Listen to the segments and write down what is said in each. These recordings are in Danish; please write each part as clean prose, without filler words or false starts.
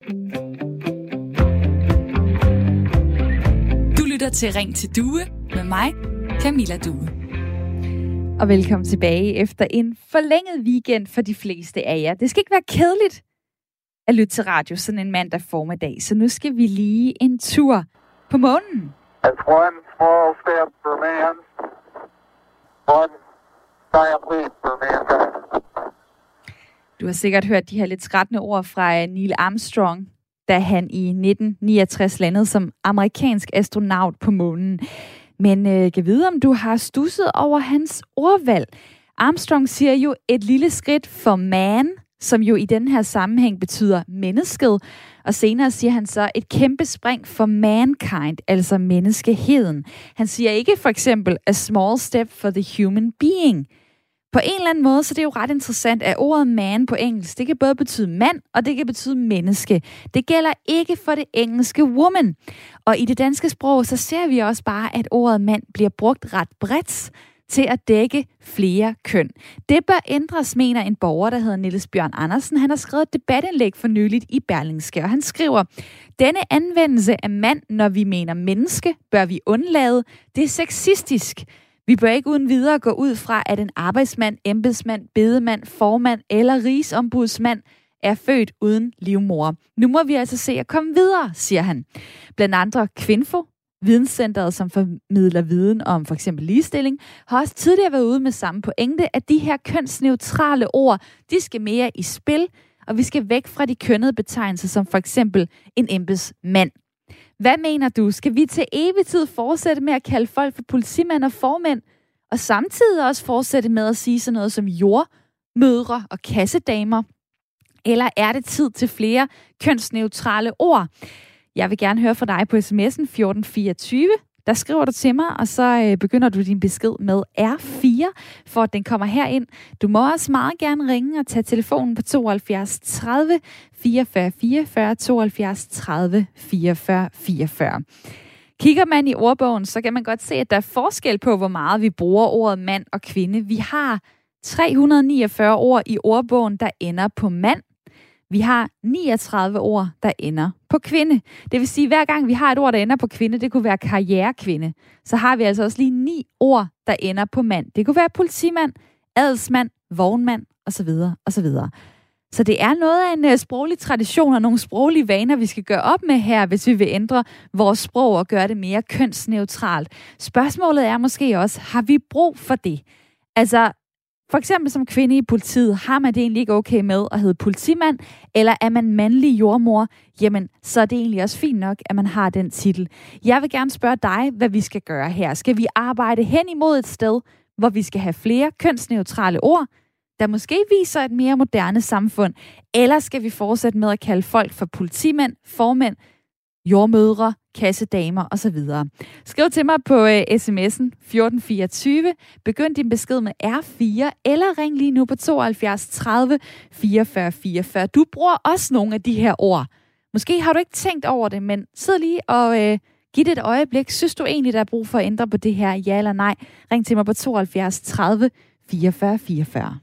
Du lytter til Ring til Due med mig, Camilla Due. Og velkommen tilbage efter en forlænget weekend for de fleste af jer. Det skal ikke være kedeligt at lytte til radio sådan en mandag formiddag, så nu skal vi lige en tur på månen. That's one small step for man, one giant leap for mankind. Du har sikkert hørt de her lidt skrættende ord fra Neil Armstrong, da han i 1969 landede som amerikansk astronaut på månen. Men kan vide, om du har studset over hans ordvalg. Armstrong siger jo et lille skridt for man, som jo i den her sammenhæng betyder mennesket. Og senere siger han så et kæmpe spring for mankind, altså menneskeheden. Han siger ikke for eksempel a small step for the human being. På en eller anden måde, så det er jo ret interessant, at ordet man på engelsk, det kan både betyde mand, og det kan betyde menneske. Det gælder ikke for det engelske woman. Og i det danske sprog, så ser vi også bare, at ordet mand bliver brugt ret bredt til at dække flere køn. Det bør ændres, mener en borger, der hedder Niels Bjørn Andersen. Han har skrevet et debatindlæg for nyligt i Berlingske, og han skriver: denne anvendelse af mand, når vi mener menneske, bør vi undlade. Det er sexistisk. Vi bør ikke uden videre gå ud fra, at en arbejdsmand, embedsmand, bedemand, formand eller rigsombudsmand er født uden livmor. Nu må vi altså se at komme videre, siger han. Blandt andre Kvinfo, videnscenteret, som formidler viden om for eksempel ligestilling, har også tidligere været ude med samme pointe, at de her kønsneutrale ord, de skal mere i spil, og vi skal væk fra de kønnede betegnelser, som for eksempel en embedsmand. Hvad mener du? Skal vi til evig tid fortsætte med at kalde folk for politimænd og formænd, og samtidig også fortsætte med at sige sådan noget som jordmødre og kassedamer? Eller er det tid til flere kønsneutrale ord? Jeg vil gerne høre fra dig på sms'en 1424. Der skriver du til mig, og så begynder du din besked med R4, for at den kommer herind. Du må også meget gerne ringe og tage telefonen på 72 30 44 44, 72 30 44 44. Kigger man i ordbogen, så kan man godt se, at der er forskel på, hvor meget vi bruger ordet mand og kvinde. Vi har 349 ord i ordbogen, der ender på mand. Vi har 39 ord, der ender på kvinde. Det vil sige, at hver gang vi har et ord, der ender på kvinde, det kunne være karrierekvinde, så har vi altså også lige 9 ord, der ender på mand. Det kunne være politimand, adelsmand, vognmand osv. osv. Så det er noget af en sproglig tradition og nogle sproglige vaner, vi skal gøre op med her, hvis vi vil ændre vores sprog og gøre det mere kønsneutralt. Spørgsmålet er måske også, har vi brug for det? Altså, for eksempel som kvinde i politiet, har man det egentlig ikke okay med at hedde politimand, eller er man mandlig jordmor? Jamen, så er det egentlig også fint nok, at man har den titel. Jeg vil gerne spørge dig, hvad vi skal gøre her. Skal vi arbejde hen imod et sted, hvor vi skal have flere kønsneutrale ord, der måske viser et mere moderne samfund, eller skal vi fortsætte med at kalde folk for politimænd, formænd, jordmødre, kassedamer osv. Skriv til mig på sms'en 1424. Begynd din besked med R4, eller ring lige nu på 72 30 44 44. Du bruger også nogle af de her ord. Måske har du ikke tænkt over det, men sid lige og giv det et øjeblik. Synes du egentlig, der er brug for at ændre på det her, ja eller nej? Ring til mig på 72 30 44 44.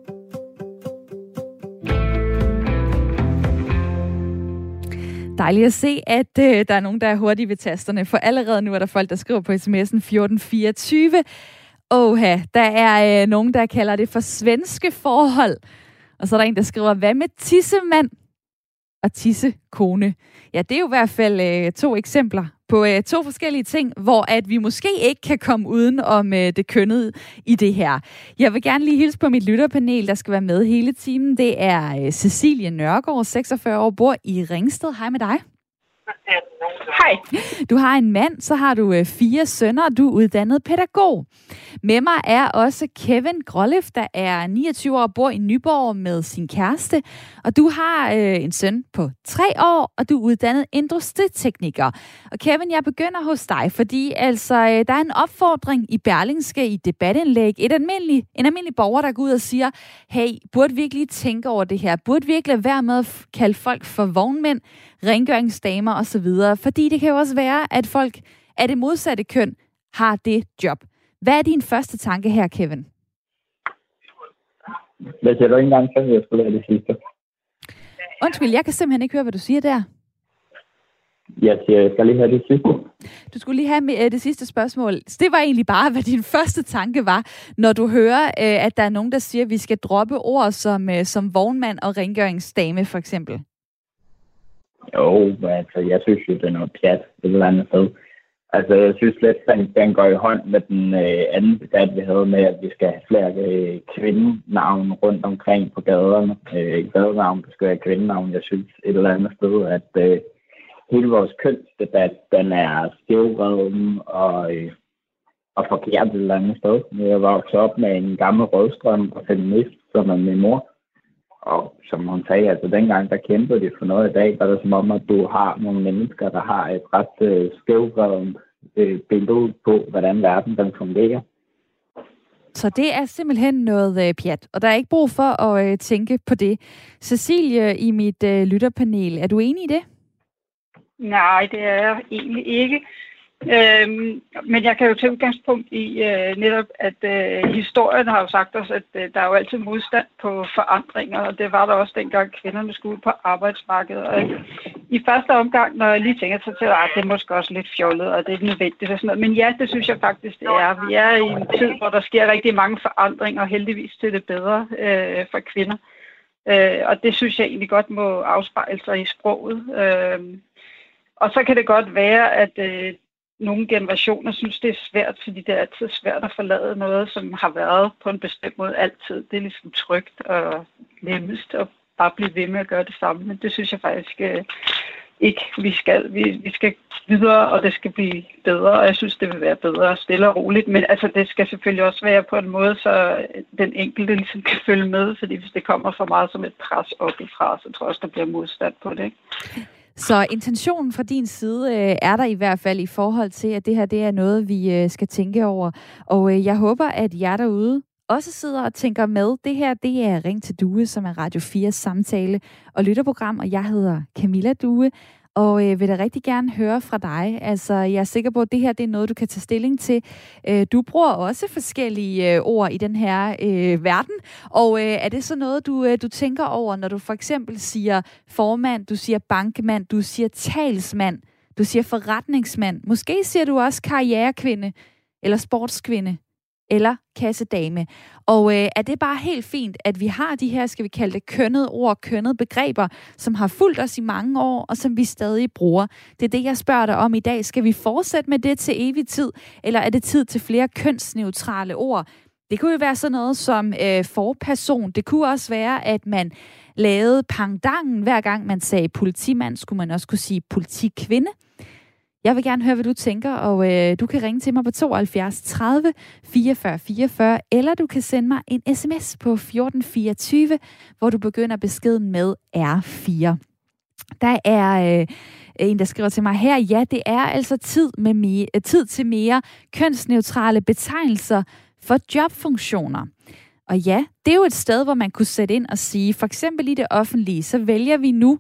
Dejligt at se, at der er nogen, der er hurtige ved tasterne, for allerede nu er der folk, der skriver på sms'en 1424. Der er nogen, der kalder det for svenske forhold. Og så er der en, der skriver, hvad med tissemand og tissekone? Ja, det er jo i hvert fald 2 eksempler på 2 forskellige ting, hvor at vi måske ikke kan komme uden om det kønnede i det her. Jeg vil gerne lige hilse på mit lytterpanel, der skal være med hele timen. Det er Cecilie Nørgaard, 46 år, bor i Ringsted. Hej med dig. Hej. Du har en mand, så har du 4 sønner, og du er uddannet pædagog. Med mig er også Kevin Grolleff, der er 29 år og bor i Nyborg med sin kæreste. Og du har en søn på 3 år, og du er uddannet industritekniker. Og Kevin, jeg begynder hos dig, fordi altså, der er en opfordring i Berlingske i debatindlæg. En almindelig borger, der går ud og siger, hey, burde vi ikke lige tænke over det her? Burde vi ikke lade være med at kalde folk for vognmænd, rengøringsdamer osv.? Fordi det kan jo også være, at folk af det modsatte køn har det job. Hvad er din første tanke her, Kevin? Hvad siger du ikke engang, så jeg skulle være det sidste? Undskyld, jeg kan simpelthen ikke høre, hvad du siger der. Jeg siger, jeg skal lige have det sidste. Du skulle lige have det sidste spørgsmål. Det var egentlig bare, hvad din første tanke var, når du hører, at der er nogen, der siger, at vi skal droppe ord som vognmand og rengøringsdame, for eksempel. Jo, altså, jeg synes jo, det er noget pjat et eller andet sted. Altså, jeg synes lidt, at den går i hånd med den anden debat, vi havde med, at vi skal have flere kvindenavn rundt omkring på gaderne. Gadenavn, det skal være kvindenavn. Jeg synes et eller andet sted, at hele vores kønsdebat, den er skævreden og forkert et eller andet sted. Jeg var vokset op med en gammel rødstrøm og feminist, som er min mor. Og som hun sagde, altså dengang, der kæmpede de for noget. I dag, der er det som om, at du har nogle mennesker, der har et ret skævredent billede på, hvordan verden den fungerer. Så det er simpelthen noget pjat, og der er ikke brug for at tænke på det. Cecilie i mit lytterpanel, er du enig i det? Nej, det er jeg egentlig ikke. Men jeg kan jo tage udgangspunkt i netop, at historien har jo sagt os, at der er jo altid modstand på forandringer, og det var der også dengang kvinderne skulle ud på arbejdsmarkedet. Og i første omgang, når jeg lige tænker så til, at det er måske også lidt fjollet, og det er nødvendigt og sådan noget. Men ja, det synes jeg faktisk, det er. Vi er i en tid, hvor der sker rigtig mange forandringer, og heldigvis til det bedre for kvinder. Og det synes jeg egentlig godt må afspejle sig i sproget. Og så kan det godt være, at nogle generationer synes, det er svært, fordi det er altid svært at forlade noget, som har været på en bestemt måde altid. Det er ligesom trygt og nemmest at bare blive ved med at gøre det samme. Men det synes jeg faktisk ikke, vi skal. Vi skal videre, og det skal blive bedre, og jeg synes, det vil være bedre stille og roligt. Men altså, det skal selvfølgelig også være på en måde, så den enkelte ligesom kan følge med, fordi hvis det kommer for meget som et pres opifra, så tror jeg også, der bliver modstand på det, ikke? Så intentionen fra din side er der i hvert fald i forhold til, at det her det er noget, vi skal tænke over. Og jeg håber, at jer derude også sidder og tænker med. Det her, det er Ring til Due, som er Radio 4's samtale- og lytterprogram, og jeg hedder Camilla Due. Og vil da rigtig gerne høre fra dig. Altså, jeg er sikker på, at det her det er noget, du kan tage stilling til. Du bruger også forskellige ord i den her verden. Og er det så noget, du tænker over, når du for eksempel siger formand, du siger bankmand, du siger talsmand, du siger forretningsmand. Måske siger du også karrierekvinde, eller sportskvinde, eller kassedame. Og er det bare helt fint, at vi har de her, skal vi kalde det, kønnede ord, kønnede begreber, som har fulgt os i mange år, og som vi stadig bruger? Det er det, jeg spørger dig om i dag. Skal vi fortsætte med det til evig tid, eller er det tid til flere kønsneutrale ord? Det kunne jo være sådan noget som forperson. Det kunne også være, at man lavede pangdangen. Hver gang man sagde politimand, skulle man også kunne sige politikvinde. Jeg vil gerne høre, hvad du tænker, og du kan ringe til mig på 72 30 44 44, eller du kan sende mig en sms på 1424, hvor du begynder beskeden med R4. Der er en, der skriver til mig her, ja, det er altså tid til mere kønsneutrale betegnelser for jobfunktioner. Og ja, det er jo et sted, hvor man kunne sætte ind og sige, for eksempel i det offentlige, så vælger vi nu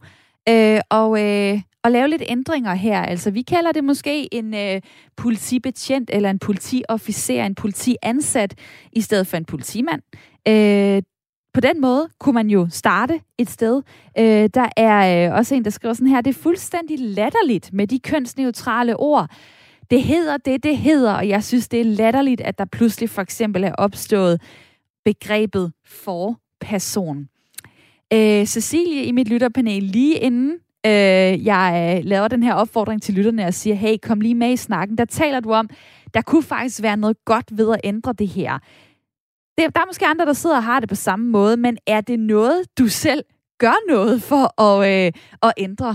og lave lidt ændringer her. Altså, vi kalder det måske en politibetjent, eller en politiofficer, en politiansat, i stedet for en politimand. På den måde kunne man jo starte et sted. Der er også en, der skriver sådan her, det er fuldstændig latterligt med de kønsneutrale ord. Det hedder det hedder, og jeg synes, det er latterligt, at der pludselig for eksempel er opstået begrebet forperson. Cecilie i mit lytterpanel, lige inden jeg laver den her opfordring til lytterne og siger, hey, kom lige med i snakken. Der taler du om, der kunne faktisk være noget godt ved at ændre det her. Der er måske andre, der sidder og har det på samme måde, men er det noget, du selv gør noget for at ændre?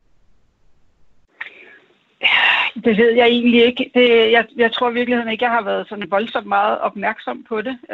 Det ved jeg egentlig ikke. Jeg tror i virkeligheden ikke, jeg har været sådan voldsomt meget opmærksom på det.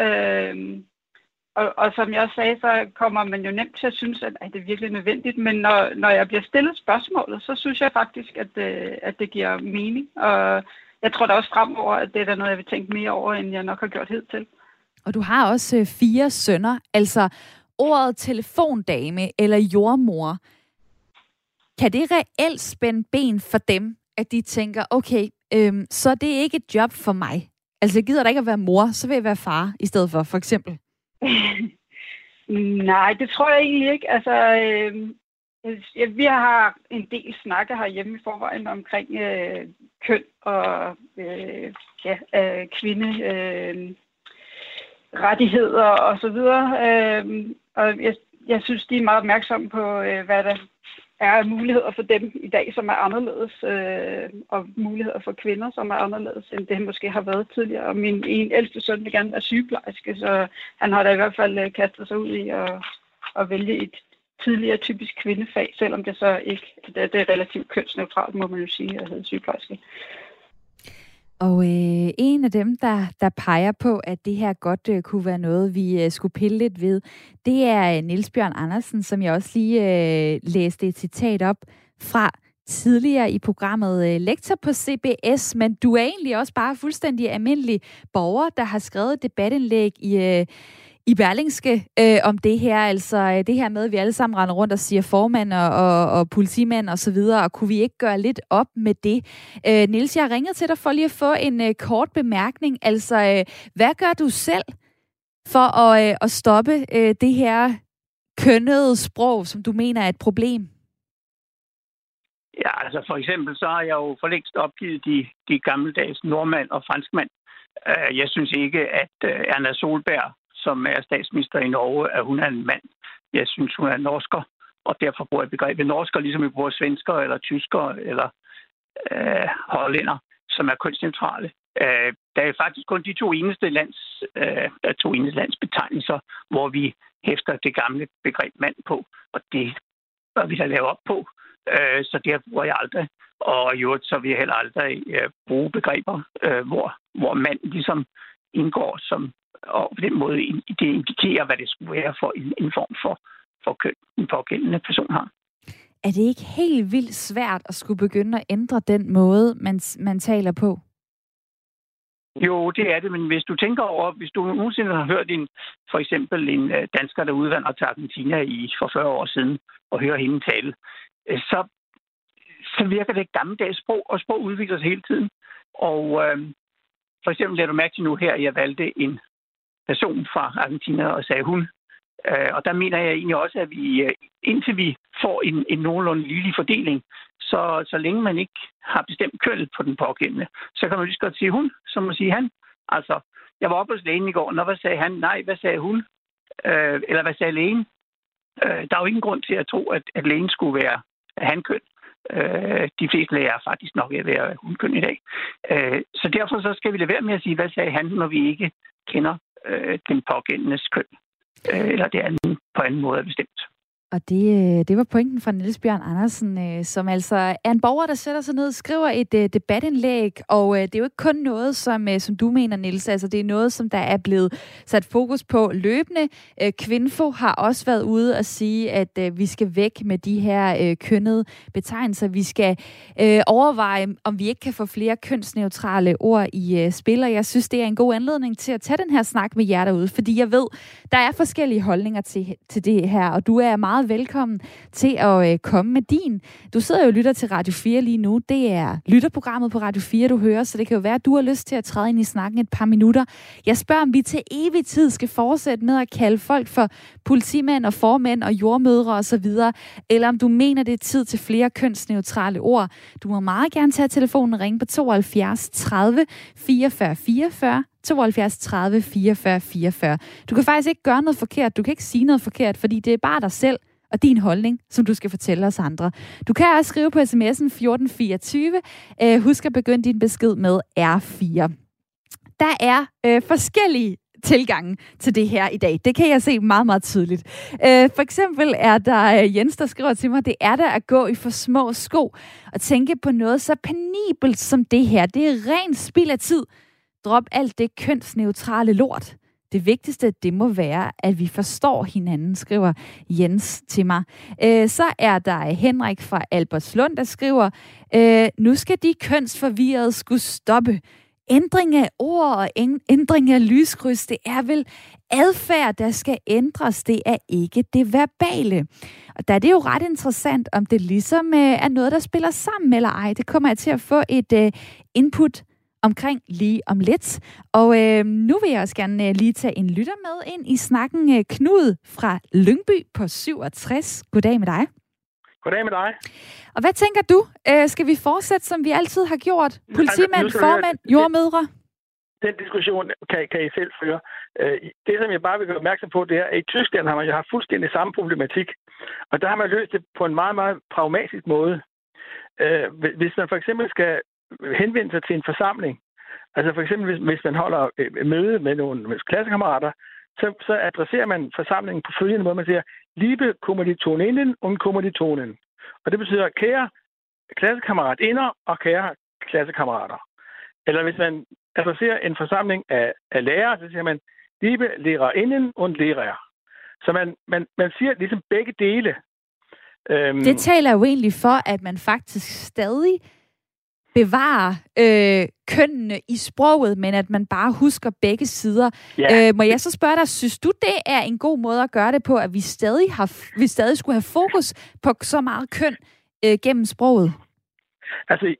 Og som jeg også sagde, så kommer man jo nemt til at synes, at det er virkelig nødvendigt. Men når jeg bliver stillet spørgsmålet, så synes jeg faktisk, at det giver mening. Og jeg tror da også fremover, at det er noget, jeg vil tænke mere over, end jeg nok har gjort hidtil. Og du har også 4 sønner. Altså ordet telefondame eller jordmor. Kan det reelt spænde ben for dem, at de tænker, okay, så det er ikke et job for mig. Altså jeg gider da ikke at være mor, så vil jeg være far i stedet for eksempel. Nej, det tror jeg egentlig ikke. Altså, Vi har en del snakke herhjemme i forvejen omkring køn og kvinde rettigheder og så videre. Og jeg synes, de er meget opmærksomme på, hvad der er muligheder for dem i dag, som er anderledes, og muligheder for kvinder, som er anderledes, end det måske har været tidligere. Og min ældste søn vil gerne være sygeplejerske, så han har da i hvert fald kastet sig ud i at vælge et tidligere typisk kvindefag, selvom det så ikke det er relativt kønsneutralt, må man jo sige, at hedde sygeplejerske. Og en af dem, der peger på, at det her godt kunne være noget, vi skulle pille lidt ved, det er Niels Bjørn Andersen, som jeg også lige læste et citat op fra tidligere i programmet. Lektor på CBS, men du er egentlig også bare fuldstændig almindelig borger, der har skrevet et debatindlæg i Berlingske om det her, altså det her med, at vi alle sammen render rundt og siger formand og politimand og så videre, og kunne vi ikke gøre lidt op med det? Niels, jeg har ringet til dig for lige at få en kort bemærkning. Altså, hvad gør du selv for at stoppe det her kønnede sprog, som du mener er et problem? Ja, altså for eksempel så har jeg jo for længst opgivet de gammeldags nordmand og franskmand. Jeg synes ikke, at Erna Solberg, som er statsminister i Norge, at hun er en mand. Jeg synes, hun er norsker, og derfor bruger jeg begrebet norsker, ligesom vi bruger svensker eller tysker eller hollænder, som er kønsneutrale. Der er faktisk kun de to eneste landsbetegnelser, hvor vi hæfter det gamle begreb mand på, og det bør vi da lave op på. Så det bruger jeg aldrig. Og i øvrigt, så vil jeg heller aldrig bruge begreber, hvor mand ligesom indgår som, og på den måde det indikerer, hvad det skulle være for en form for køn, den pågældende person har. Er det ikke helt vildt svært at skulle begynde at ændre den måde, man taler på? Jo, det er det, men hvis du tænker over, hvis du nogensinde har hørt for eksempel en dansker, der udvandrer til Argentina for 40 år siden, og hører hende tale, så virker det gammeldags sprog, og sprog udvikler sig hele tiden. Og for eksempel lader du mærke til nu her, at jeg valgte en person fra Argentina og sagde hun. Og der mener jeg egentlig også, at vi indtil vi får en nogenlunde ligelig fordeling, så længe man ikke har bestemt kønnet på den pågældende, så kan man lige så godt sige hun, som at sige han. Altså, jeg var oppe hos lægen i går, og hvad sagde han? Nej, hvad sagde hun? Eller hvad sagde lægen? Der er jo ingen grund til at tro, at lægen skulle være hankøn. De fleste læger er faktisk nok at være hunkøn i dag. Så derfor så skal vi lade være med at sige, hvad sagde han, når vi ikke kender den pågældendes køn. Eller det er på anden måde bestemt. Og det var pointen fra Niels Bjørn Andersen, som altså er en borger, der sætter sig ned og skriver et debatindlæg, og det er jo ikke kun noget, som du mener, Niels, altså det er noget, som der er blevet sat fokus på løbende. Kvinfo har også været ude og sige, at vi skal væk med de her kønnede betegnelser. Vi skal overveje, om vi ikke kan få flere kønsneutrale ord i spil, og jeg synes, det er en god anledning til at tage den her snak med jer derude, fordi jeg ved, der er forskellige holdninger til det her, og du er meget velkommen til at komme med din. Du sidder jo og lytter til Radio 4 lige nu. Det er lytterprogrammet på Radio 4, du hører, så det kan jo være, at du har lyst til at træde ind i snakken et par minutter. Jeg spørger, om vi til evig tid skal fortsætte med at kalde folk for politimænd og formænd og jordmødre osv., eller om du mener, det er tid til flere kønsneutrale ord. Du må meget gerne tage telefonen og ringe på 72 30 44 44. 72 30 44 44. Du kan faktisk ikke gøre noget forkert. Du kan ikke sige noget forkert, fordi det er bare dig selv og din holdning, som du skal fortælle os andre. Du kan også skrive på sms'en 1424. Husk at begynde din besked med R4. Der er forskellige tilgange til det her i dag. Det kan jeg se meget, meget tydeligt. For eksempel er der Jens, der skriver til mig, det er der at gå i for små sko og tænke på noget så penibelt som det her. Det er ren spild af tid. Drop alt det kønsneutrale lort. Det vigtigste, det må være, at vi forstår hinanden, skriver Jens til mig. Så er der Henrik fra Albertslund, der skriver, nu skal de kønsforvirrede skulle stoppe. Ændring af ord og ændring af lyskryds, det er vel adfærd, der skal ændres. Det er ikke det verbale. Og der er det jo ret interessant, om det ligesom er noget, der spiller sammen eller ej. Det kommer jeg til at få et input omkring lige om lidt. Og nu vil jeg også gerne lige tage en lytter med ind i snakken. Knud fra Lyngby på 67. Goddag med dig. Goddag med dig. Og hvad tænker du? Skal vi fortsætte, som vi altid har gjort? Politimænd, formænd, jordmødre? Den diskussion kan I selv føre. Det, som jeg bare vil gøre opmærksom på, det er, at i Tyskland har man jo haft fuldstændig samme problematik. Og der har man løst det på en meget, meget pragmatisk måde. Hvis man for eksempel skal henvende sig til en forsamling, altså for eksempel hvis man holder møde med nogle klassekammerater, så adresserer man forsamlingen på følgende måde. Man siger, liebe Kommilitoninnen und Kommilitonen. Og det betyder, kære klassekammeratinder og kære klassekammerater. Eller hvis man adresserer en forsamling af lærere, så siger man, liebe Lehrerinnen und Lehrer. Så man siger ligesom begge dele. Det taler jo egentlig for, at man faktisk stadig bevarer kønnene i sproget, men at man bare husker begge sider. Yeah. Må jeg så spørge dig, synes du, det er en god måde at gøre det på, at vi stadig skulle have fokus på så meget køn gennem sproget? Altså,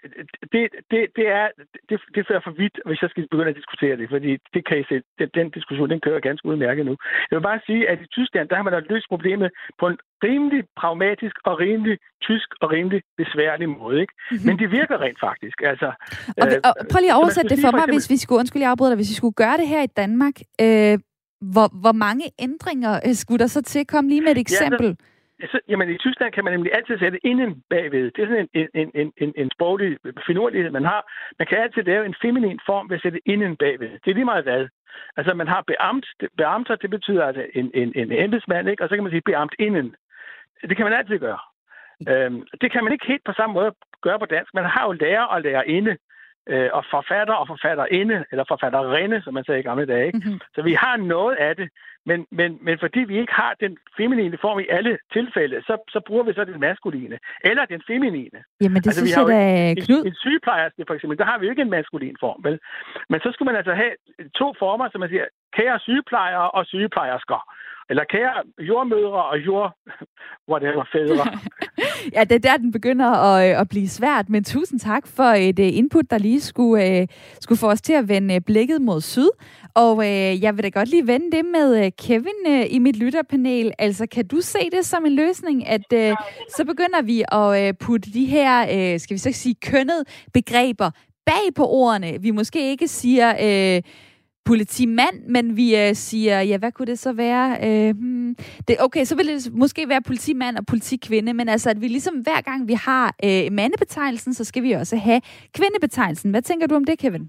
det fører for vidt, hvis jeg skal begynde at diskutere det, fordi det kan I se, den diskussion, den kører ganske udmærket nu. Jeg vil bare sige, at i Tyskland, der har man da løst problemet på en rimelig pragmatisk og rimelig tysk og rimelig besværlig måde, ikke? Mm-hmm. Men det virker rent faktisk. Altså, og prøv lige at oversætte det for mig, hvis vi skulle, undskyld, jeg afbryder dig, hvis vi skulle gøre det her i Danmark, hvor mange ændringer skulle der så til? Kom lige med et eksempel. Jamen, i Tyskland kan man nemlig altid sætte inden bagved. Det er sådan en sproglig finurlighed, man har. Man kan altid lave en feminin form ved at sætte inden bagved. Det er lige meget hvad. Altså, man har beamter, det betyder altså en embedsmand, ikke? Og så kan man sige beamt inden. Det kan man altid gøre. Det kan man ikke helt på samme måde gøre på dansk. Man har jo lærer og lærerinde, og forfatter og forfatterinde, eller forfatterinde, som man sagde i gamle dage. Ikke? Mm-hmm. Så vi har noget af det, men fordi vi ikke har den feminine form i alle tilfælde, så bruger vi så den maskuline, eller den feminine. Jamen det synes jeg da, Knud. En sygeplejerske for eksempel, der har vi jo ikke en maskulin form, vel? Men så skulle man altså have to former, som man siger, kære sygeplejere og sygeplejersker. Eller kære jordmødre og fædre. Ja, det er der, den begynder at blive svært. Men tusind tak for et input, der lige skulle få os til at vende blikket mod syd. Og jeg vil da godt lige vende det med Kevin i mit lytterpanel. Altså, kan du se det som en løsning, at så begynder vi at putte de her, skal vi så sige, kønnede begreber bag på ordene? Vi måske ikke siger politimand, men vi siger, ja, hvad kunne det så være? Okay, så vil det måske være politimand og politikvinde, men altså, at vi ligesom hver gang vi har mandebetegnelsen, så skal vi også have kvindebetegnelsen. Hvad tænker du om det, Kevin?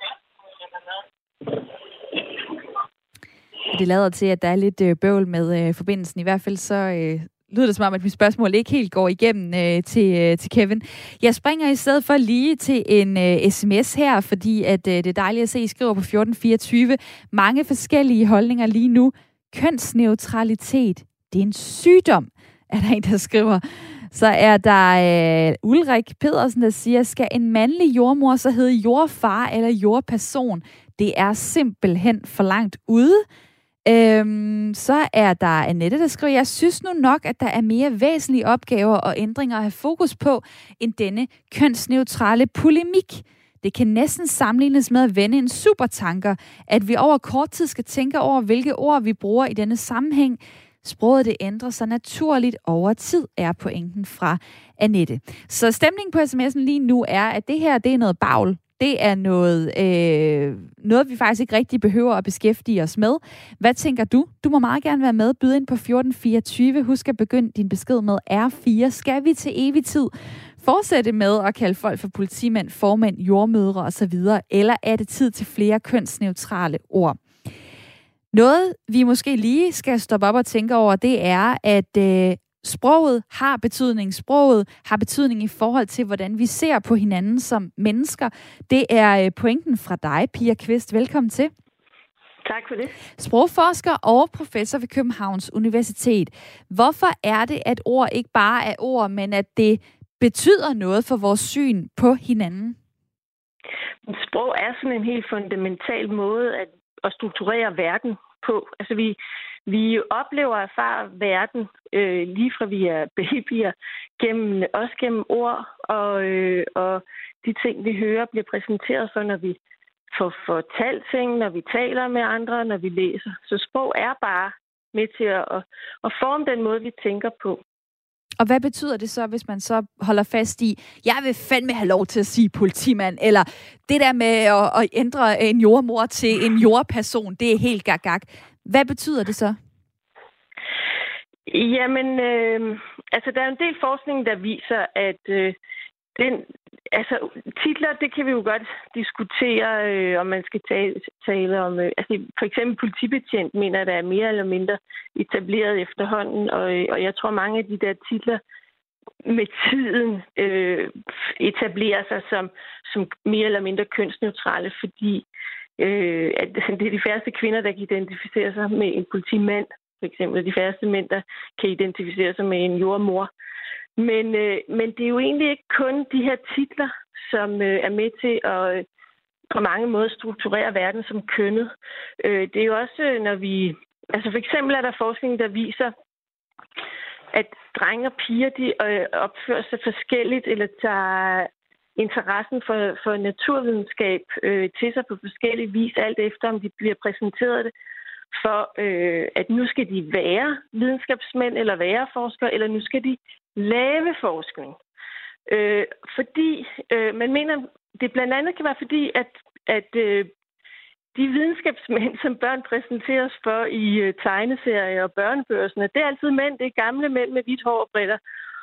Det lader til, at der er lidt bøvl med forbindelsen. I hvert fald så lyder det som om, at mit spørgsmål ikke helt går igennem til Kevin. Jeg springer i stedet for lige til en sms her, fordi at det er dejligt at se, I skriver på 1424. Mange forskellige holdninger lige nu. Kønsneutralitet, det er en sygdom, er der en, der skriver. Så er der Ulrik Pedersen, der siger, skal en mandlig jordmor så hedde jordfar eller jordperson? Det er simpelthen for langt ude. Så er der Annette, der skriver, jeg synes nu nok, at der er mere væsentlige opgaver og ændringer at have fokus på, end denne kønsneutrale polemik. Det kan næsten sammenlignes med at vende en supertanker, at vi over kort tid skal tænke over, hvilke ord vi bruger i denne sammenhæng. Sproget det ændrer sig naturligt over tid, er pointen fra Annette. Så stemningen på sms'en lige nu er, at det her det er noget bagl. Det er noget, vi faktisk ikke rigtig behøver at beskæftige os med. Hvad tænker du? Du må meget gerne være med. Byd ind på 1424. Husk at begynde din besked med R4. Skal vi til evig tid fortsætte med at kalde folk for politimænd, formænd, jordmødre osv.? Eller er det tid til flere kønsneutrale ord? Noget, vi måske lige skal stoppe op og tænke over, det er, at sproget har betydning. Sproget har betydning i forhold til, hvordan vi ser på hinanden som mennesker. Det er pointen fra dig, Pia Kvist. Velkommen til. Tak for det. Sprogforsker og professor ved Københavns Universitet. Hvorfor er det, at ord ikke bare er ord, men at det betyder noget for vores syn på hinanden? Sprog er sådan en helt fundamental måde at strukturere verden på. Altså vi oplever og erfarer verden lige fra vi er babyer, også gennem ord, og de ting, vi hører, bliver præsenteret for, når vi får fortalt ting, når vi taler med andre, når vi læser. Så sprog er bare med til at forme den måde, vi tænker på. Og hvad betyder det så, hvis man så holder fast i, jeg vil fandme have lov til at sige politimand, eller det der med at ændre en jordmor til en jordperson, det er helt gak. Hvad betyder det så? Jamen, der er en del forskning, der viser, at titler, det kan vi jo godt diskutere, om man skal tale om. For eksempel politibetjent mener jeg, der er mere eller mindre etableret efterhånden, og jeg tror, mange af de der titler med tiden etablerer sig som mere eller mindre kønsneutrale, fordi at det er de færreste kvinder, der kan identificere sig med en politimand, for eksempel de færreste mænd, der kan identificere sig med en jordmor. Men det er jo egentlig ikke kun de her titler, som er med til at på mange måder strukturere verden som kønnet. Det er jo også, når vi... for eksempel er der forskning, der viser, at drenge og piger, de opfører sig forskelligt, eller tager interessen for naturvidenskab til sig på forskellige vis, alt efter om de bliver præsenteret det, for at nu skal de være videnskabsmænd eller være forskere, eller nu skal de lave forskning. Fordi man mener, det blandt andet kan være fordi, at de videnskabsmænd, som børn præsenteres for i tegneserier og børnebøger, det er altid mænd, det er gamle mænd med hvidt hår og briller.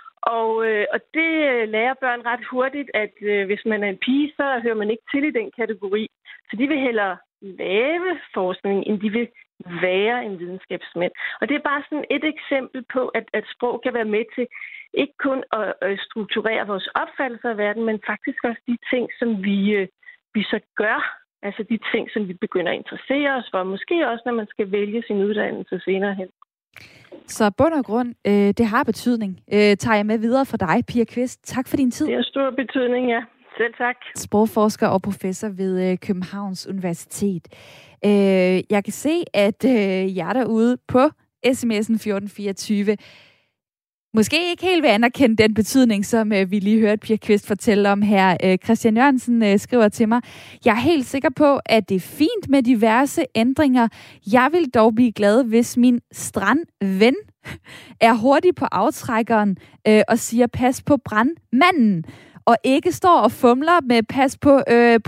Og det lærer børn ret hurtigt, at hvis man er en pige, så hører man ikke til i den kategori. Så de vil hellere lave forskning, end de vil være en videnskabsmænd. Og det er bare sådan et eksempel på, at sprog kan være med til ikke kun at strukturere vores opfattelse af verden, men faktisk også de ting, som vi så gør. Altså de ting, som vi begynder at interessere os for. Måske også, når man skal vælge sin uddannelse senere hen. Så bund og grund, det har betydning. Tager jeg med videre fra dig, Pia Kvist. Tak for din tid. Det har stor betydning, ja. Selv tak. Sprogforsker og professor ved Københavns Universitet. Jeg kan se, at jer derude på sms'en 1424 måske ikke helt vil anerkende den betydning, som vi lige hørte Pia Kvist fortælle om her. Christian Jørgensen skriver til mig, jeg er helt sikker på, at det er fint med diverse ændringer. Jeg vil dog blive glad, hvis min strandven er hurtig på aftrækkeren og siger, pas på brandmanden. Og ikke står og fumler med pas på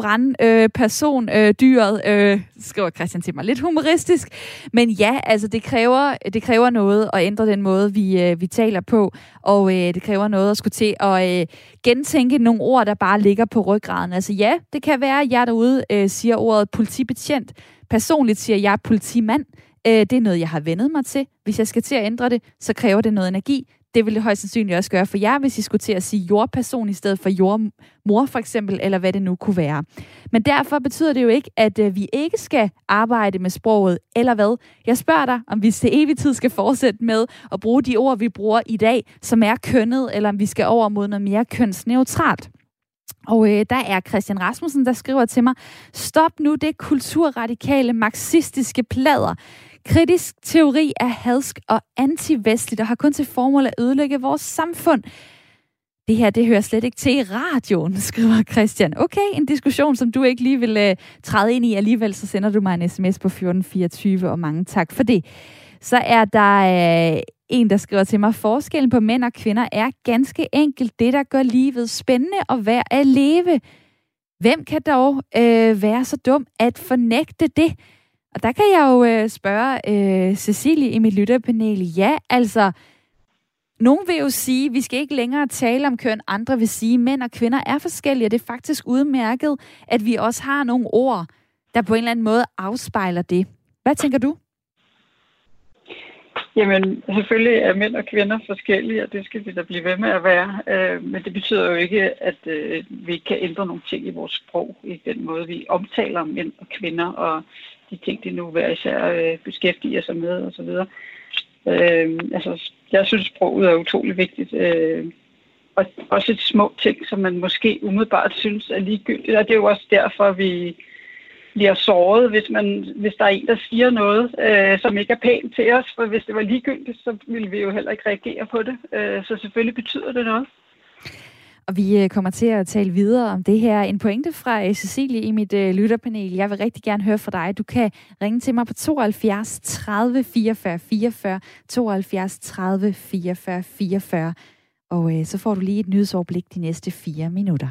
dyret, skriver Christian til mig. Lidt humoristisk. Men ja, altså det kræver noget at ændre den måde, vi taler på. Og det kræver noget at skulle til at gentænke nogle ord, der bare ligger på ryggraden. Altså ja, det kan være, at jeg derude siger ordet politibetjent. Personligt siger jeg politimand. Det er noget, jeg har vendet mig til. Hvis jeg skal til at ændre det, så kræver det noget energi. Det vil det højst sandsynligt også gøre for jer, hvis I skulle til at sige jordperson i stedet for jordmor for eksempel, eller hvad det nu kunne være. Men derfor betyder det jo ikke, at vi ikke skal arbejde med sproget, eller hvad? Jeg spørger dig, om vi til evig tid skal fortsætte med at bruge de ord, vi bruger i dag, som er kønnet, eller om vi skal over mod noget mere kønsneutralt. Og der er Christian Rasmussen, der skriver til mig, stop nu det kulturradikale marxistiske pladder. Kritisk teori er hadsk og antivestligt og har kun til formål at ødelægge vores samfund. Det her, det hører slet ikke til i radioen, skriver Christian. Okay, en diskussion, som du ikke lige vil træde ind i alligevel, så sender du mig en sms på 1424, og mange tak for det. Så er der en, der skriver til mig, forskellen på mænd og kvinder er ganske enkelt det, der gør livet spændende og værd at leve. Hvem kan dog være så dum at fornægte det? Og der kan jeg jo spørge Cecilie i mit lytterpanel. Ja, altså, nogen vil jo sige, at vi skal ikke længere tale om køn. Andre vil sige, at mænd og kvinder er forskellige. Og det er faktisk udmærket, at vi også har nogle ord, der på en eller anden måde afspejler det. Hvad tænker du? Jamen, selvfølgelig er mænd og kvinder forskellige, og det skal vi da blive ved med at være. Men det betyder jo ikke, at vi ikke kan ændre nogle ting i vores sprog, i den måde, vi omtaler mænd og kvinder, og de ting, de nu hver især beskæftiger sig med, osv. Jeg synes, sproget er utrolig vigtigt. Og også et små ting, som man måske umiddelbart synes er ligegyldigt. Og det er jo også derfor, vi bliver såret, hvis der er en, der siger noget, som ikke er pænt til os. For hvis det var ligegyldigt, så ville vi jo heller ikke reagere på det. Så selvfølgelig betyder det noget. Og vi kommer til at tale videre om det her. En pointe fra Cecilie i mit lytterpanel. Jeg vil rigtig gerne høre fra dig. Du kan ringe til mig på 72 30 44 44, 72 30 44 44. Og så får du lige et nyhedsoverblik de næste 4 minutter.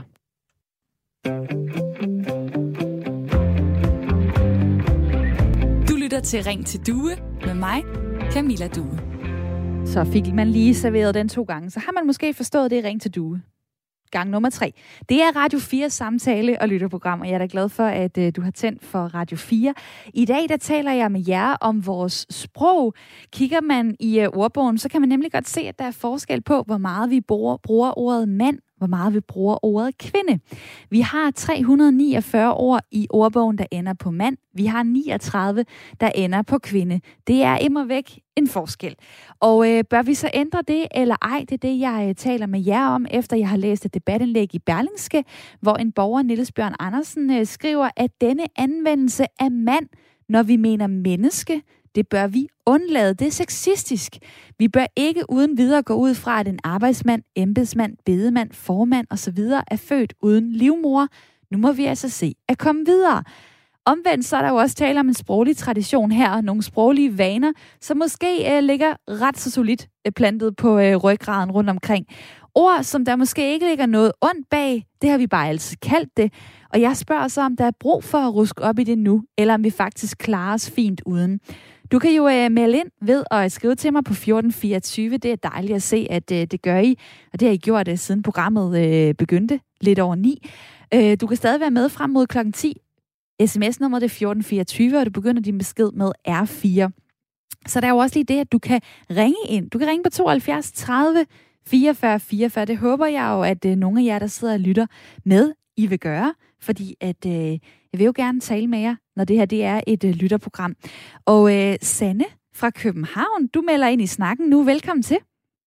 Du lytter til Ring til Due med mig, Camilla Due. Så fik man lige serveret den 2 gange, så har man måske forstået det Ring til Due. Gang nummer 3. Det er Radio 4 samtale- og lytterprogram, og jeg er da glad for, at du har tændt for Radio 4. I dag der taler jeg med jer om vores sprog. Kigger man i ordbogen, så kan man nemlig godt se, at der er forskel på, hvor meget vi bruger ordet mand, hvor meget vi bruger ordet kvinde. Vi har 349 ord i ordbogen, der ender på mand. Vi har 39, der ender på kvinde. Det er immervæk en forskel. Og bør vi så ændre det, eller ej? Det er det, jeg taler med jer om, efter jeg har læst et debatindlæg i Berlingske, hvor en borger, Niels Bjørn Andersen, skriver, at denne anvendelse af mand, når vi mener menneske, det bør vi undlade. Det er sexistisk. Vi bør ikke uden videre gå ud fra, at en arbejdsmand, embedsmand, bedemand, formand osv. er født uden livmor. Nu må vi altså se at komme videre. Omvendt så er der jo også tale om en sproglig tradition her, og nogle sproglige vaner, som måske ligger ret så solidt plantet på ryggraden rundt omkring. Ord, som der måske ikke ligger noget ondt bag, det har vi bare altid kaldt det. Og jeg spørger så, om der er brug for at ruske op i det nu, eller om vi faktisk klarer os fint uden. Du kan jo melde ind ved at skrive til mig på 1424. Det er dejligt at se, at det gør I. Og det har I gjort, siden programmet begyndte lidt over 9. Du kan stadig være med frem mod klokken 10. SMS-nummeret er 1424, og du begynder din besked med R4. Så der er jo også lige det, at du kan ringe ind. Du kan ringe på 72 30 44 44. Det håber jeg jo, at nogle af jer, der sidder og lytter med, I vil gøre. Fordi at jeg vil jo gerne tale med jer, når det her det er et lytterprogram. Og Sanne fra København, du melder ind i snakken nu. Velkommen til.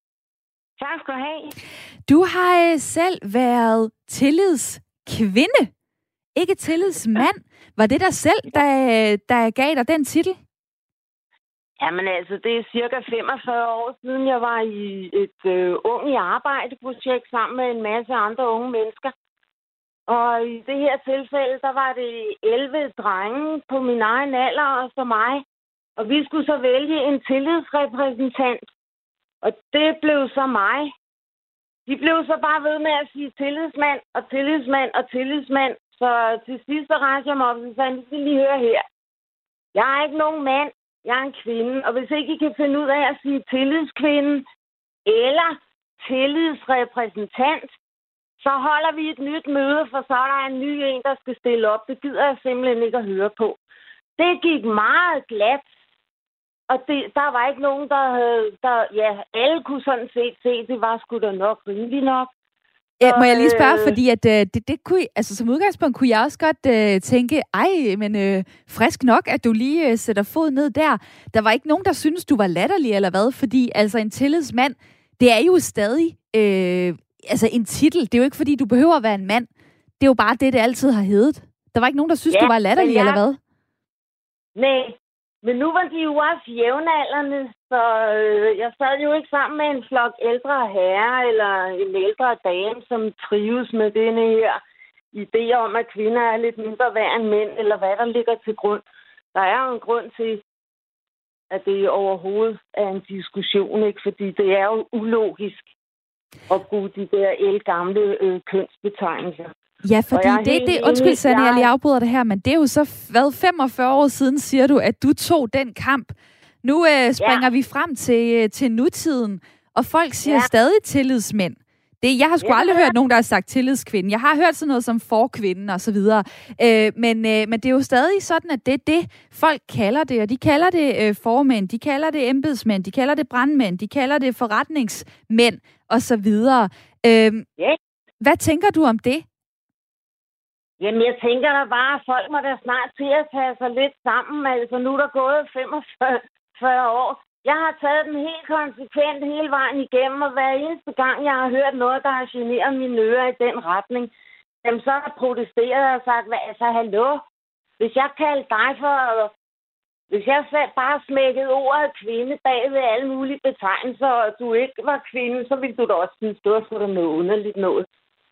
Tak skal du have. Du har selv været tillidskvinde, ikke tillidsmand. Var det dig selv, der gav dig den titel? Jamen altså, det er cirka 45 år siden, jeg var i et ung i arbejde-projekt sammen med en masse andre unge mennesker. Og i det her tilfælde, der var det 11 drenge på min egen alder og så mig. Og vi skulle så vælge en tillidsrepræsentant. Og det blev så mig. De blev så bare ved med at sige tillidsmand og tillidsmand og tillidsmand. Så til sidst så rejste jeg mig op og sagde, skal lige høre her. Jeg er ikke nogen mand. Jeg er en kvinde. Og hvis ikke I kan finde ud af at sige tillidskvinde eller tillidsrepræsentant, så holder vi et nyt møde, for så er der en ny en, der skal stille op. Det gider jeg simpelthen ikke at høre på. Det gik meget glat. Og der var ikke nogen, alle kunne sådan set se, det var sgu da nok rimelig nok. Ja, må jeg lige spørge, fordi at det kunne, altså som udgangspunkt kunne jeg også godt tænke, frisk nok, at du lige sætter fod ned der. Der var ikke nogen, der synes du var latterlig eller hvad, fordi altså en tillidsmand, det er jo stadig en titel. Det er jo ikke, fordi du behøver at være en mand. Det er jo bare det altid har heddet. Der var ikke nogen, der synes, du var latterlig eller hvad? Nej, men nu var de jo også jævnaldrende, så jeg sad jo ikke sammen med en flok ældre herre eller en ældre dame, som trives med denne her idé om, at kvinder er lidt mindre værd end mænd, eller hvad der ligger til grund. Der er jo en grund til, at det overhovedet er en diskussion, ikke? Fordi det er jo ulogisk at bruge de der ældgamle kønsbetegnelser. Ja, fordi undskyld, Sanne, jeg lige afbryder det her, men det er jo så 45 år siden, siger du, at du tog den kamp. Nu springer vi frem til nutiden, og folk siger stadig tillidsmænd. Jeg har sgu aldrig hørt nogen, der har sagt tillidskvinde. Jeg har hørt sådan noget som forkvinden og så videre. Men det er jo stadig sådan, at det er det, folk kalder det. Og de kalder det formænd, de kalder det embedsmænd, de kalder det brandmænd, de kalder det forretningsmænd og så videre. Hvad tænker du om det? Jamen, jeg tænker da bare, at folk må da snart til at tage sig lidt sammen. Altså, nu er der gået 45 år. Jeg har taget den helt konsekvent hele vejen igennem, og hver eneste gang, jeg har hørt noget, der har generet mine ører i den retning, jamen, så har jeg protesteret og sagt, hallo? Hvis jeg kaldte dig for... Hvis jeg bare smækkede ordet kvinde bag ved alle mulige betegnelser, og du ikke var kvinde, så ville du da også synes, det var noget underligt noget.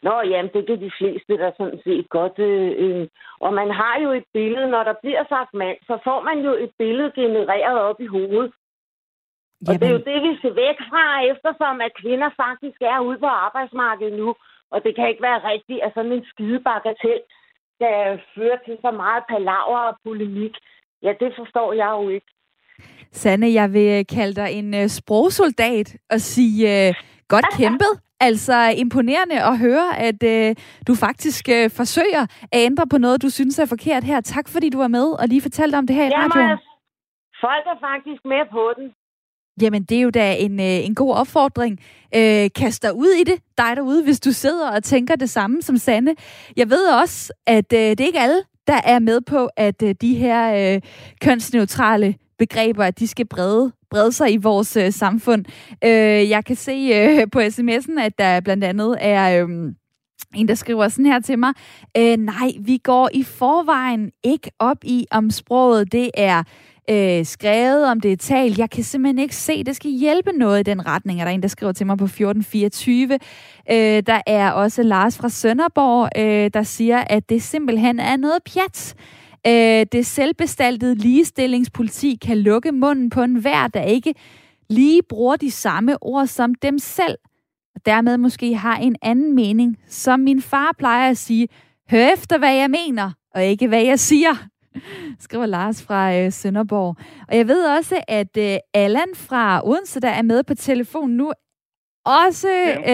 Nå, jamen, det kan de fleste der sådan set godt. Og man har jo et billede, når der bliver sagt mand, så får man jo et billede genereret op i hovedet. Jamen. Og det er jo det, vi skal væk fra, eftersom at kvinder faktisk er ude på arbejdsmarkedet nu. Og det kan ikke være rigtigt, at sådan en skidebagatel skal føre til så meget palaver og polemik. Ja, det forstår jeg jo ikke. Sanne, jeg vil kalde dig en sprogsoldat og sige godt kæmpet. Altså imponerende at høre, at du faktisk forsøger at ændre på noget, du synes er forkert her. Tak fordi du var med og lige fortalte om det her i radioen. Folk er faktisk med på den. Jamen, det er jo da en god opfordring. Kast dig ud i det, dig derude, hvis du sidder og tænker det samme som Sanne. Jeg ved også, at det er ikke alle, der er med på, at de her kønsneutrale begreber, at de skal brede sig i vores samfund. Jeg kan se på sms'en, at der blandt andet er en, der skriver sådan her til mig. Nej, vi går i forvejen ikke op i, om sproget det er skrevet, om det er talt. Jeg kan simpelthen ikke se, det skal hjælpe noget i den retning. Er der en, der skriver til mig på 1424. Der er også Lars fra Sønderborg, der siger, at det simpelthen er noget pjat. Det selvbestaltede ligestillingspoliti kan lukke munden på enhver, der ikke lige bruger de samme ord som dem selv, og dermed måske har en anden mening. Som min far plejer at sige, hør efter, hvad jeg mener, og ikke hvad jeg siger, skriver Lars fra Sønderborg. Og jeg ved også, at Allan fra Odense, der er med på telefonen nu, også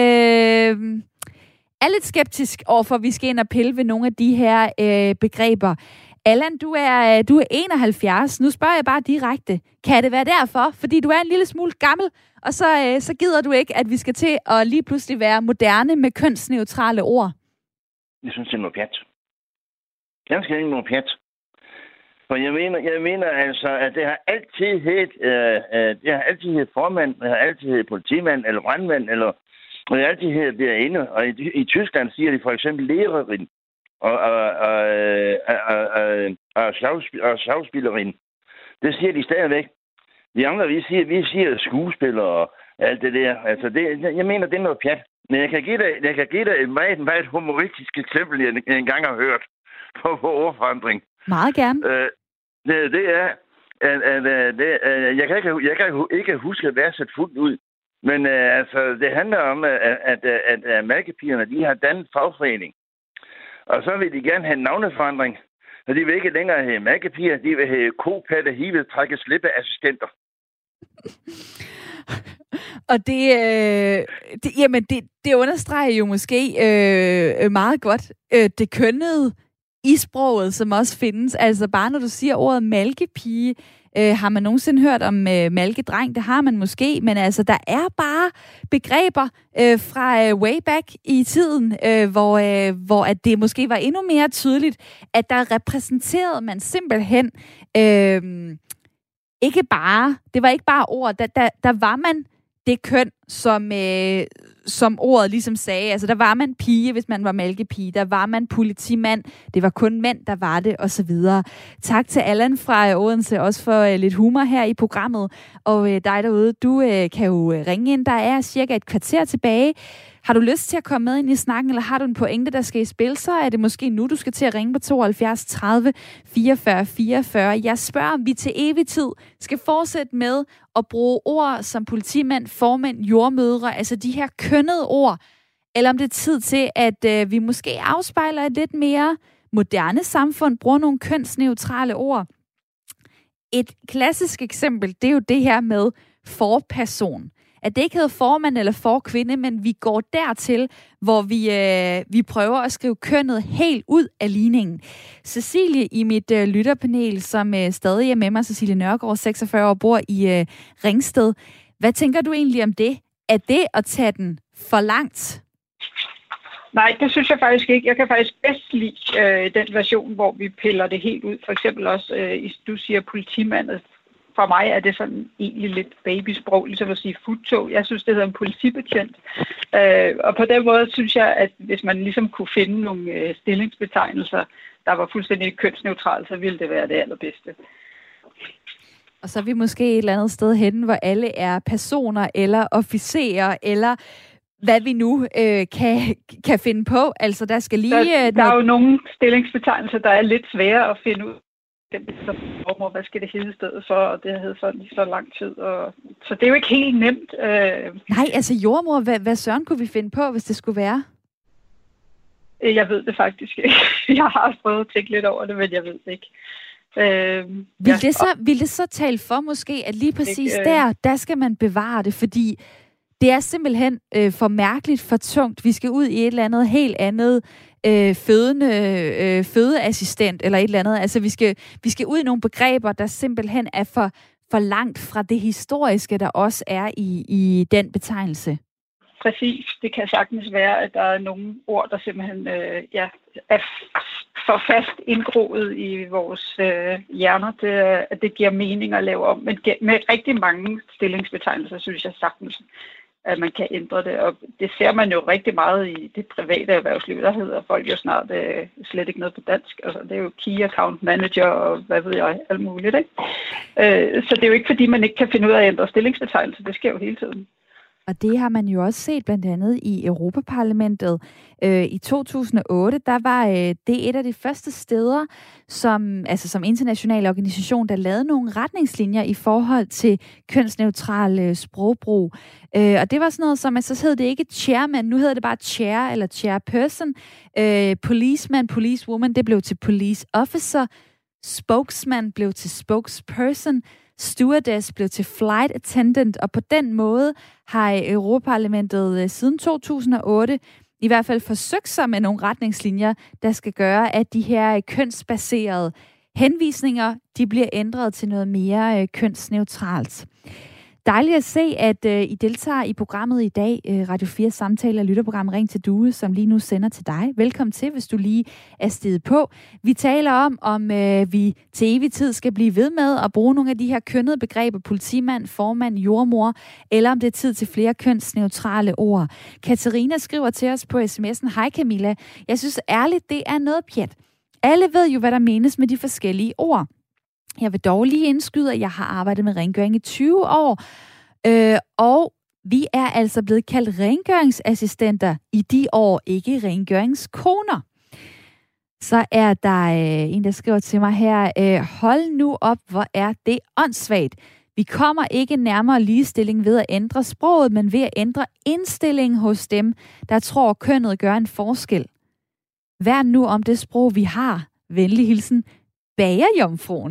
er lidt skeptisk overfor, at vi skal ind og pille ved nogle af de her begreber. Allan, du er 71. Nu spørger jeg bare direkte. Kan det være derfor? Fordi du er en lille smule gammel, og så gider du ikke, at vi skal til at lige pludselig være moderne med kønsneutrale ord. Jeg synes, det er noget pjat. Ganske ikke noget pjat. For jeg mener altså, at det har altid heddet formand, det har altid heddet politimand, eller brandmand, eller det har altid heddet derinde. Og i Tyskland siger de for eksempel lærerin. Og slagspillerin. Det siger de stadigvæk. De andre, vi siger skuespillere og alt det der. Altså, jeg mener, det er noget pjat. Men jeg kan give dig et meget humoristisk eksempel, jeg engang har hørt på ordforandring. Meget gerne. Det er, at jeg kan ikke huske verset fuldt ud. Men altså, det handler om, at mælkepigerne, de har dannet fagforening. Og så vil de gerne have en navneforandring. Og de vil ikke længere have mælkepiger, de vil have kopatte, hivet, trække, slippe assistenter. Og det understreger jo måske meget godt det kønnede i sproget, som også findes. Altså bare når du siger ordet mælkepige, har man nogensinde hørt om mælkedreng? Det har man måske, men altså der er bare begreber fra way back i tiden, hvor at det måske var endnu mere tydeligt, at der repræsenterede man simpelthen ikke bare, det var ikke bare ord, der var man det køn, som ordet ligesom sagde. Altså, der var man pige, hvis man var mælkepige. Der var man politimand. Det var kun mænd, der var det, og så videre. Tak til Allan fra Odense, også for lidt humor her i programmet. Og dig derude, du kan jo ringe ind. Der er cirka et kvarter tilbage. Har du lyst til at komme med ind i snakken, eller har du en pointe, der skal i spil, så er det måske nu, du skal til at ringe på 72 30 44 44. Jeg spørger, om vi til evig tid skal fortsætte med at bruge ord som politimand, formænd, jordmødre, altså de her kønnede ord, eller om det er tid til, at vi måske afspejler et lidt mere moderne samfund, bruger nogle kønsneutrale ord. Et klassisk eksempel, det er jo det her med forperson. At det ikke hedder formand eller forkvinde, men vi går dertil, hvor vi prøver at skrive kønnet helt ud af ligningen. Cecilie i mit lytterpanel, som stadig er med mig, Cecilie Nørgaard, 46 år, bor i Ringsted. Hvad tænker du egentlig om det? Er det at tage den for langt? Nej, det synes jeg faktisk ikke. Jeg kan faktisk bedst lide den version, hvor vi piller det helt ud. For eksempel også, du siger politimandet. For mig er det sådan egentlig lidt babysprog, ligesom at sige futtog. Jeg synes, det hedder en politibetjent. Og på den måde synes jeg, at hvis man ligesom kunne finde nogle stillingsbetegnelser, der var fuldstændig kønsneutrale, så ville det være det allerbedste. Og så er vi måske et eller andet sted henne, hvor alle er personer eller officerer eller hvad vi nu kan finde på. Altså, der skal lige... Der er jo nogle stillingsbetegnelser, der er lidt svære at finde ud. Hvad skal det hedde i stedet for, og det har heddet sådan i så lang tid. Så det er jo ikke helt nemt. Nej, altså jordmor, hvad søren kunne vi finde på, hvis det skulle være? Jeg ved det faktisk ikke. Jeg har prøvet at tænke lidt over det, men jeg ved det ikke. Vil det så tale for måske, at lige præcis der skal man bevare det, fordi det er simpelthen for mærkeligt, for tungt. Vi skal ud i et eller andet helt andet fødeassistent eller et eller andet. Altså vi skal ud i nogle begreber, der simpelthen er for langt fra det historiske, der også er i den betegnelse. Præcis. Det kan sagtens være, at der er nogle ord, der simpelthen er for fast indgroet i vores hjerner, at det giver mening at lave om. Men med rigtig mange stillingsbetegnelser, synes jeg sagtens, at man kan ændre det. Og det ser man jo rigtig meget i det private erhvervsliv. Der hedder folk jo snart slet ikke noget på dansk. Altså, det er jo Key Account Manager og hvad ved jeg, alt muligt. Ikke? Så det er jo ikke, fordi man ikke kan finde ud af at ændre stillingsbetegnelser. Det sker jo hele tiden. Og det har man jo også set blandt andet i Europaparlamentet. I 2008, der var det et af de første steder, som international organisation, der lavede nogle retningslinjer i forhold til kønsneutral sprogbrug. Og det var sådan noget som, så hed det ikke chairman, nu hedder det bare chair eller chairperson. Policeman, policewoman, det blev til police officer. Spokesman blev til spokesperson. Stewardess blev til flight attendant, og på den måde har Europaparlamentet siden 2008 i hvert fald forsøgt sig med nogle retningslinjer, der skal gøre, at de her kønsbaserede henvisninger, de bliver ændret til noget mere kønsneutralt. Dejligt at se, at I deltager i programmet i dag, Radio 4 samtale- og lytterprogram Ring til Due, som lige nu sender til dig. Velkommen til, hvis du lige er steget på. Vi taler om vi til evig tid skal blive ved med at bruge nogle af de her kønnede begreber, politimand, formand, jordmor, eller om det er tid til flere kønsneutrale ord. Katarina skriver til os på sms'en: Hej Camilla, jeg synes ærligt, det er noget pjat. Alle ved jo, hvad der menes med de forskellige ord. Jeg vil dog lige indskyde, at jeg har arbejdet med rengøring i 20 år, og vi er altså blevet kaldt rengøringsassistenter i de år, ikke rengøringskoner. Så er der en, der skriver til mig her: hold nu op, hvor er det åndssvagt. Vi kommer ikke nærmere ligestilling ved at ændre sproget, men ved at ændre indstillingen hos dem, der tror, kønnet gør en forskel. Værn nu om det sprog, vi har. Venlig hilsen, bagerjomfruen.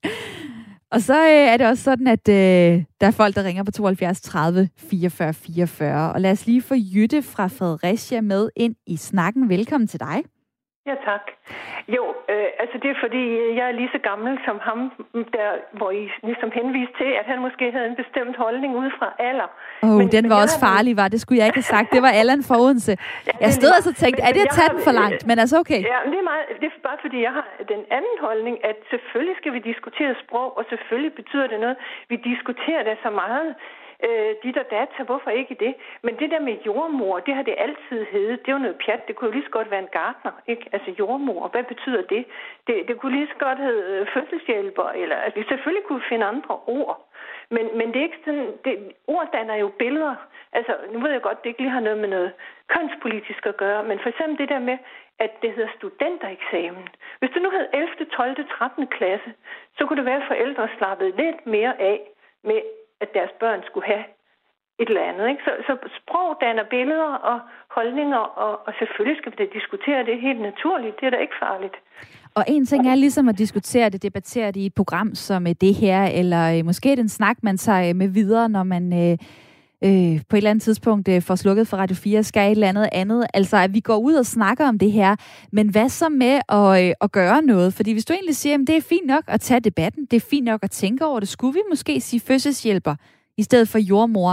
Og så er det også sådan, at der er folk, der ringer på 72 30 44 44. Og lad os lige få Jytte fra Fredericia med ind i snakken. Velkommen til dig. Ja, tak. Jo, altså det er fordi, jeg er lige så gammel som ham, der, hvor I ligesom henviste til, at han måske havde en bestemt holdning ud fra alder. Den var også farlig, var det? Skulle jeg ikke have sagt. Det var Allan fra Odense. Ja, jeg stod og så tænkte, er det at tage den for langt? Men altså okay. Ja, det er bare fordi, jeg har den anden holdning, at selvfølgelig skal vi diskutere sprog, og selvfølgelig betyder det noget. Vi diskuterer det så meget. Dit og data, hvorfor ikke det? Men det der med jordmor, det har det altid heddet. Det er jo noget pjat. Det kunne jo lige så godt være en gartner, ikke? Altså jordmor. Hvad betyder det? Det kunne lige så godt hedde fødselshjælper, eller at vi selvfølgelig kunne finde andre ord. Men det er ikke sådan, ord danner jo billeder. Altså, nu ved jeg godt, det ikke lige har noget med noget kønspolitisk at gøre, men for eksempel det der med, at det hedder studentereksamen. Hvis det nu hed 11., 12., 13. klasse, så kunne det være, at forældre slappede lidt mere af med, at deres børn skulle have et eller andet. Ikke? Så sprog danner billeder og holdninger, og selvfølgelig skal vi da diskutere det helt naturligt. Det er da ikke farligt. Og en ting er ligesom at diskutere det, debattere det i et program som det her, eller måske den snak, man tager med videre, når man på et eller andet tidspunkt får slukket for Radio 4, skal et eller andet. Altså, at vi går ud og snakker om det her. Men hvad så med at gøre noget? Fordi hvis du egentlig siger, at det er fint nok at tage debatten, det er fint nok at tænke over det, skulle vi måske sige fødselshjælper i stedet for jordmor?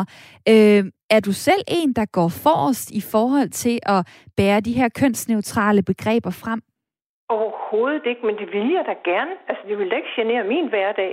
Er du selv en, der går forrest i forhold til at bære de her kønsneutrale begreber frem? Overhovedet ikke, men det vil jeg da gerne. Altså, det vil da ikke genere min hverdag,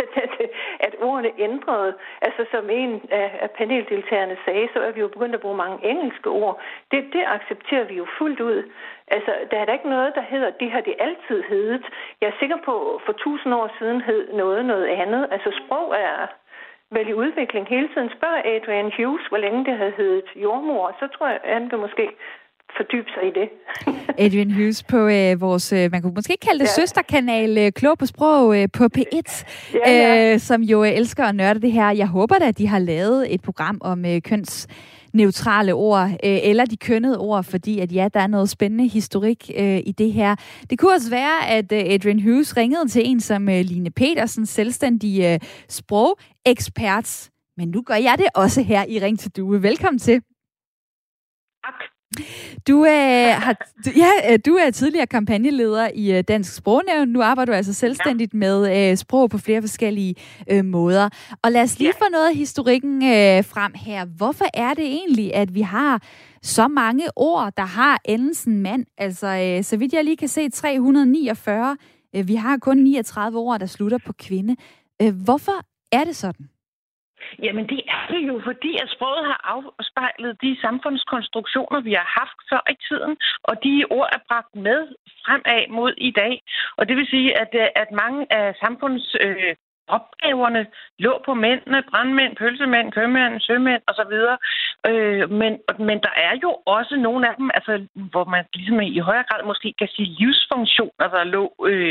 at ordene ændrede. Altså, som en af paneldeltagerne sagde, så er vi jo begyndt at bruge mange engelske ord. Det accepterer vi jo fuldt ud. Altså, der er da ikke noget, der hedder, det har det altid heddet. Jeg er sikker på, for 1000 år siden hed noget andet. Altså, sprog er vel i udvikling hele tiden. Spørg Adrian Hughes, hvor længe det havde heddet jordmor, så tror jeg, han vil måske fordybe sig i det. Adrian Hughes på vores, man kunne måske kalde det søsterkanal, Klog på Sprog på P1, som jo elsker at nørde det her. Jeg håber da, at de har lavet et program om kønsneutrale ord, eller de kønnede ord, fordi at der er noget spændende historik i det her. Det kunne også være, at Adrian Hughes ringede til en som Line Petersen, selvstændig sprogekspert. Men nu gør jeg det også her i Ring til Due. Velkommen til. Tak. Du er tidligere kampagneleder i Dansk Sprognævn. Nu arbejder du altså selvstændigt med sprog på flere forskellige måder. Og lad os lige få noget af historikken frem her. Hvorfor er det egentlig, at vi har så mange ord, der har endelsen mand? Altså, så vidt jeg lige kan se, 349. Vi har kun 39 ord, der slutter på kvinde. Hvorfor er det sådan? Jamen, det er det jo, fordi at sproget har afspejlet de samfundskonstruktioner, vi har haft før i tiden, og de ord er bragt med fremad mod i dag. Og det vil sige, at mange af opgaverne lå på mændene, brandmænd, pølsemænd, købmænd, sømænd osv. Men der er jo også nogle af dem, altså, hvor man ligesom i højere grad måske kan sige livsfunktioner, der lå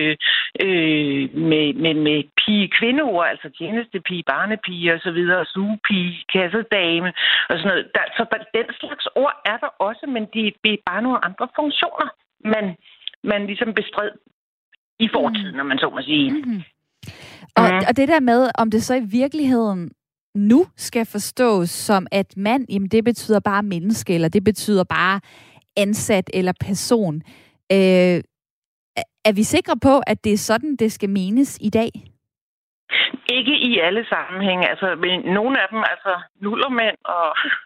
med pige-kvindeord, altså tjenestepige, barnepige osv., sugepige, kassedame og sådan noget. Så den slags ord er der også, men det er bare nogle andre funktioner, man ligesom bestred i fortiden, når man så må sige. Mm-hmm. Og det der med, om det så i virkeligheden nu skal forstås som, at mand, jamen det betyder bare menneske, eller det betyder bare ansat eller person. Er vi sikre på, at det er sådan, det skal menes i dag? Ikke i alle sammenhænge. Altså, nogle af dem, altså nullermænd og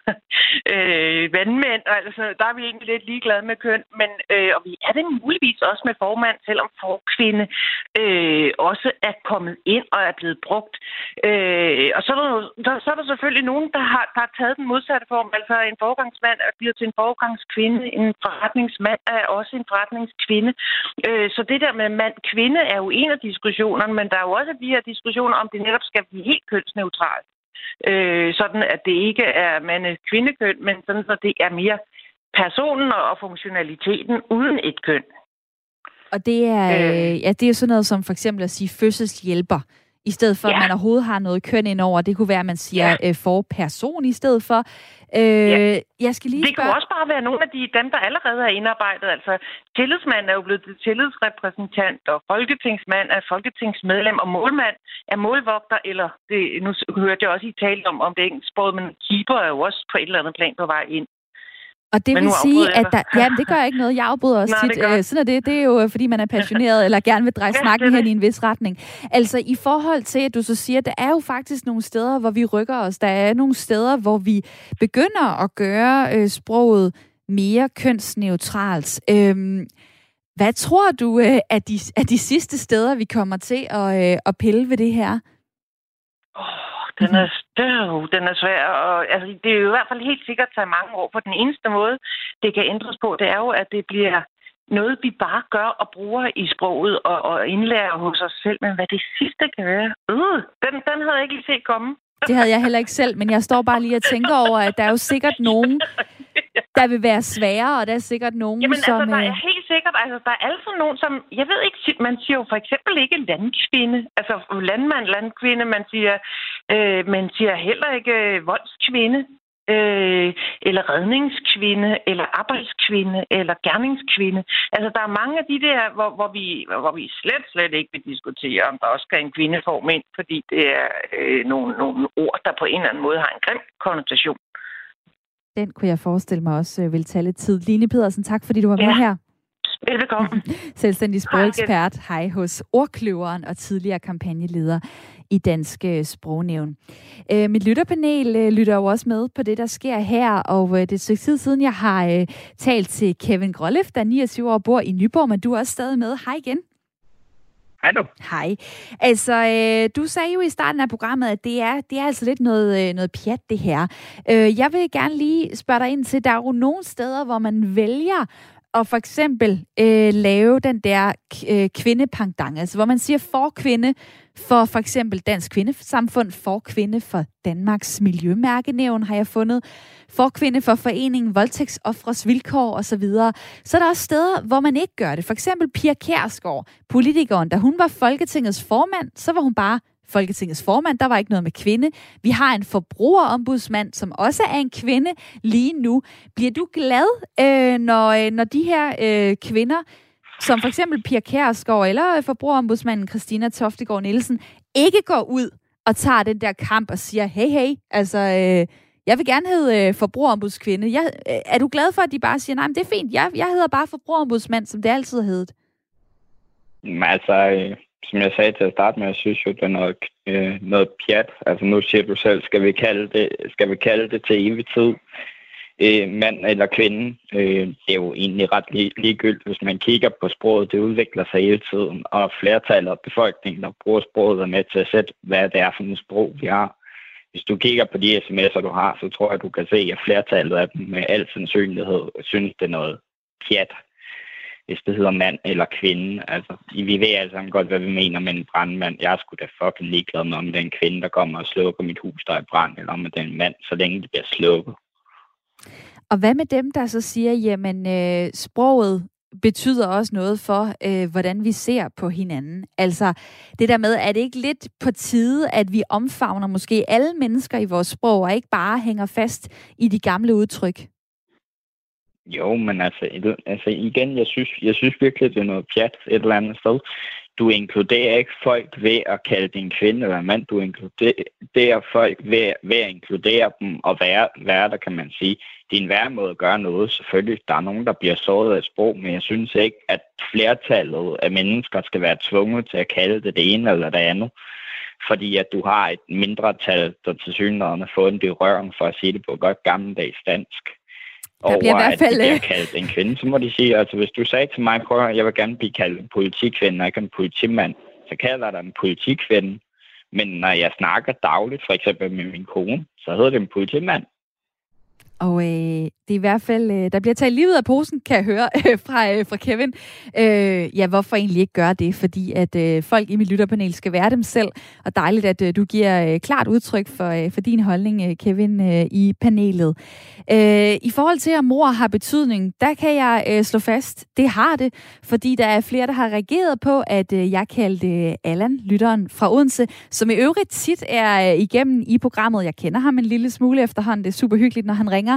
vandmænd, altså, der er vi egentlig lidt ligeglade med køn, men og vi er det muligvis også med formand, selvom forkvinde også er kommet ind og er blevet brugt. Og så er der selvfølgelig nogen, der har taget den modsatte form. Altså en foregangsmand er blevet til en foregangskvinde, en forretningsmand er også en forretningskvinde. Så det der med mand-kvinde er jo en af diskussionerne, men der er jo også de her diskussioner om det netop skal blive helt kønsneutralt. Sådan at det ikke er mande-kvindekøn, men sådan så det er mere personen og funktionaliteten uden et køn. Og det er, det er sådan noget som for eksempel at sige fødselshjælper, i stedet for, at man overhovedet har noget køn indover. Det kunne være, at man siger forperson i stedet for. Jeg skal lige det kunne også bare være nogle af dem, der allerede er indarbejdet. Altså, tillidsmand er jo blevet til tillidsrepræsentant, og folketingsmand er folketingsmedlem, og målmand er målvogter, eller nu hørte jeg også, I tale om det engelsksproget, men keeper er jo også på et eller andet plan på vej ind. Og det vil sige, at det gør ikke noget. Jeg afbryder også tit. Sådan er det. Det er jo, fordi man er passioneret, eller gerne vil dreje snakken hen i en vis retning. Altså, i forhold til, at du så siger, der er jo faktisk nogle steder, hvor vi rykker os. Der er nogle steder, hvor vi begynder at gøre sproget mere kønsneutralt. Hvad tror du er de sidste steder, vi kommer til at pille ved det her? Den er svær, og altså, det er jo i hvert fald helt sikkert tage mange år, for den eneste måde, det kan ændres på, det er jo, at det bliver noget, vi bare gør og bruger i sproget og indlærer hos os selv, men hvad det sidste kan være, den havde jeg ikke lige set komme. Det havde jeg heller ikke selv, men jeg står bare lige og tænker over, at der er jo sikkert nogen, der vil være svære, og der er sikkert nogen, som... altså, der er helt sikkert, altså, der er altså nogen, som... Jeg ved ikke, man siger jo for eksempel ikke landkvinde, altså landmand, landkvinde, man siger heller ikke voldskvinde, eller redningskvinde, eller arbejdskvinde, eller gerningskvinde. Altså, der er mange af de der, hvor vi slet ikke vil diskutere, om der også skal en kvindeform ind, fordi det er nogle ord, der på en eller anden måde har en grim konnotation. Den kunne jeg forestille mig også vil tage lidt tid. Line Pedersen, tak fordi du var med her. Velkommen. Selvstændig sprogekspert. Hej hos Ordkløveren og tidligere kampagneleder i Dansk Sprognævn. Mit lytterpanel lytter jo også med på det, der sker her, og det er et stykke tid siden, jeg har talt til Kevin Grolleff, der 29 år bor i Nyborg, men du er også stadig med. Hej igen. Hej du. Hej. Altså, du sagde jo i starten af programmet, at det er altså lidt noget pjat, det her. Jeg vil gerne lige spørge dig ind til, der er jo nogle steder, hvor man vælger at for eksempel lave den der kvindepangdang, altså hvor man siger forkvinde for eksempel Dansk Kvindesamfund, forkvinde for Danmarks Miljømærkenævn, har jeg fundet, forkvinde for foreningen Voldtægtsoffres Vilkår osv. Så er der også steder, hvor man ikke gør det. For eksempel Pia Kjærsgaard, politikeren, da hun var Folketingets formand, så var hun bare Folketingets formand, der var ikke noget med kvinde. Vi har en forbrugerombudsmand, som også er en kvinde lige nu. Bliver du glad, når de her kvinder, som for eksempel Pia Kjærsgaard eller forbrugerombudsmanden Christina Toftegaard Nielsen, ikke går ud og tager den der kamp og siger, hey, altså, jeg vil gerne hedde forbrugerombudskvinde. Er du glad for, at de bare siger, nej, men det er fint, jeg hedder bare forbrugerombudsmand, som det altid har heddet? Altså, som jeg sagde til at starte med, jeg synes jo, det er noget pjat. Altså nu siger du selv, skal vi kalde det til evig tid? Mand eller kvinde, det er jo egentlig ret ligegyldigt, hvis man kigger på sproget, det udvikler sig hele tiden, og flertallet af befolkningen, der bruger sproget, er med til at sætte, hvad det er for et sprog, vi har. Hvis du kigger på de sms'er, du har, så tror jeg, du kan se, at flertallet af dem med al sandsynlighed synes, det er noget pjat, hvis det hedder mand eller kvinde. Altså, vi ved alle sammen godt, hvad vi mener med en brandmand. Jeg er sgu da fucking ligeglad med, om det er en kvinde, der kommer og slukker mit hus, der er i brand, eller om det er en mand, så længe det bliver slukket. Og hvad med dem, der så siger, jamen sproget betyder også noget for, hvordan vi ser på hinanden? Altså det der med, er det ikke lidt på tide, at vi omfavner måske alle mennesker i vores sprog, og ikke bare hænger fast i de gamle udtryk? Jo, men altså igen, jeg synes virkelig, det er noget pjat et eller andet sted. Du inkluderer ikke folk ved at kalde det en kvinde eller en mand. Du inkluderer folk ved at inkludere dem og være der, kan man sige. Det er en værre måde at gøre noget. Selvfølgelig, der er nogen, der bliver såret af et sprog, men jeg synes ikke, at flertallet af mennesker skal være tvunget til at kalde det ene eller det andet. Fordi at du har et mindretal, der tilsyneladende har fået en berøring for at sige det på godt gammeldags dansk. Der bliver i hvert fald... at de bliver kaldt en kvinde, så må de sige, altså hvis du sagde til mig, prøv at jeg vil gerne blive kaldt en politikvinde og ikke en politimand, så kalder jeg dig en politikvinde. Men når jeg snakker dagligt, for eksempel med min kone, så hedder det en politimand. Og det er i hvert fald, der bliver taget livet af posen, kan jeg høre fra Kevin. Ja, hvorfor egentlig ikke gøre det? Fordi at folk i mit lytterpanel skal være dem selv. Og dejligt, at du giver klart udtryk for din holdning, Kevin, i panelet. I forhold til, om mor har betydning, der kan jeg slå fast, det har det. Fordi der er flere, der har reageret på, at jeg kaldte Allan, lytteren fra Odense, som i øvrigt tit er igennem i programmet. Jeg kender ham en lille smule efterhånden. Det er super hyggeligt, når han ringer.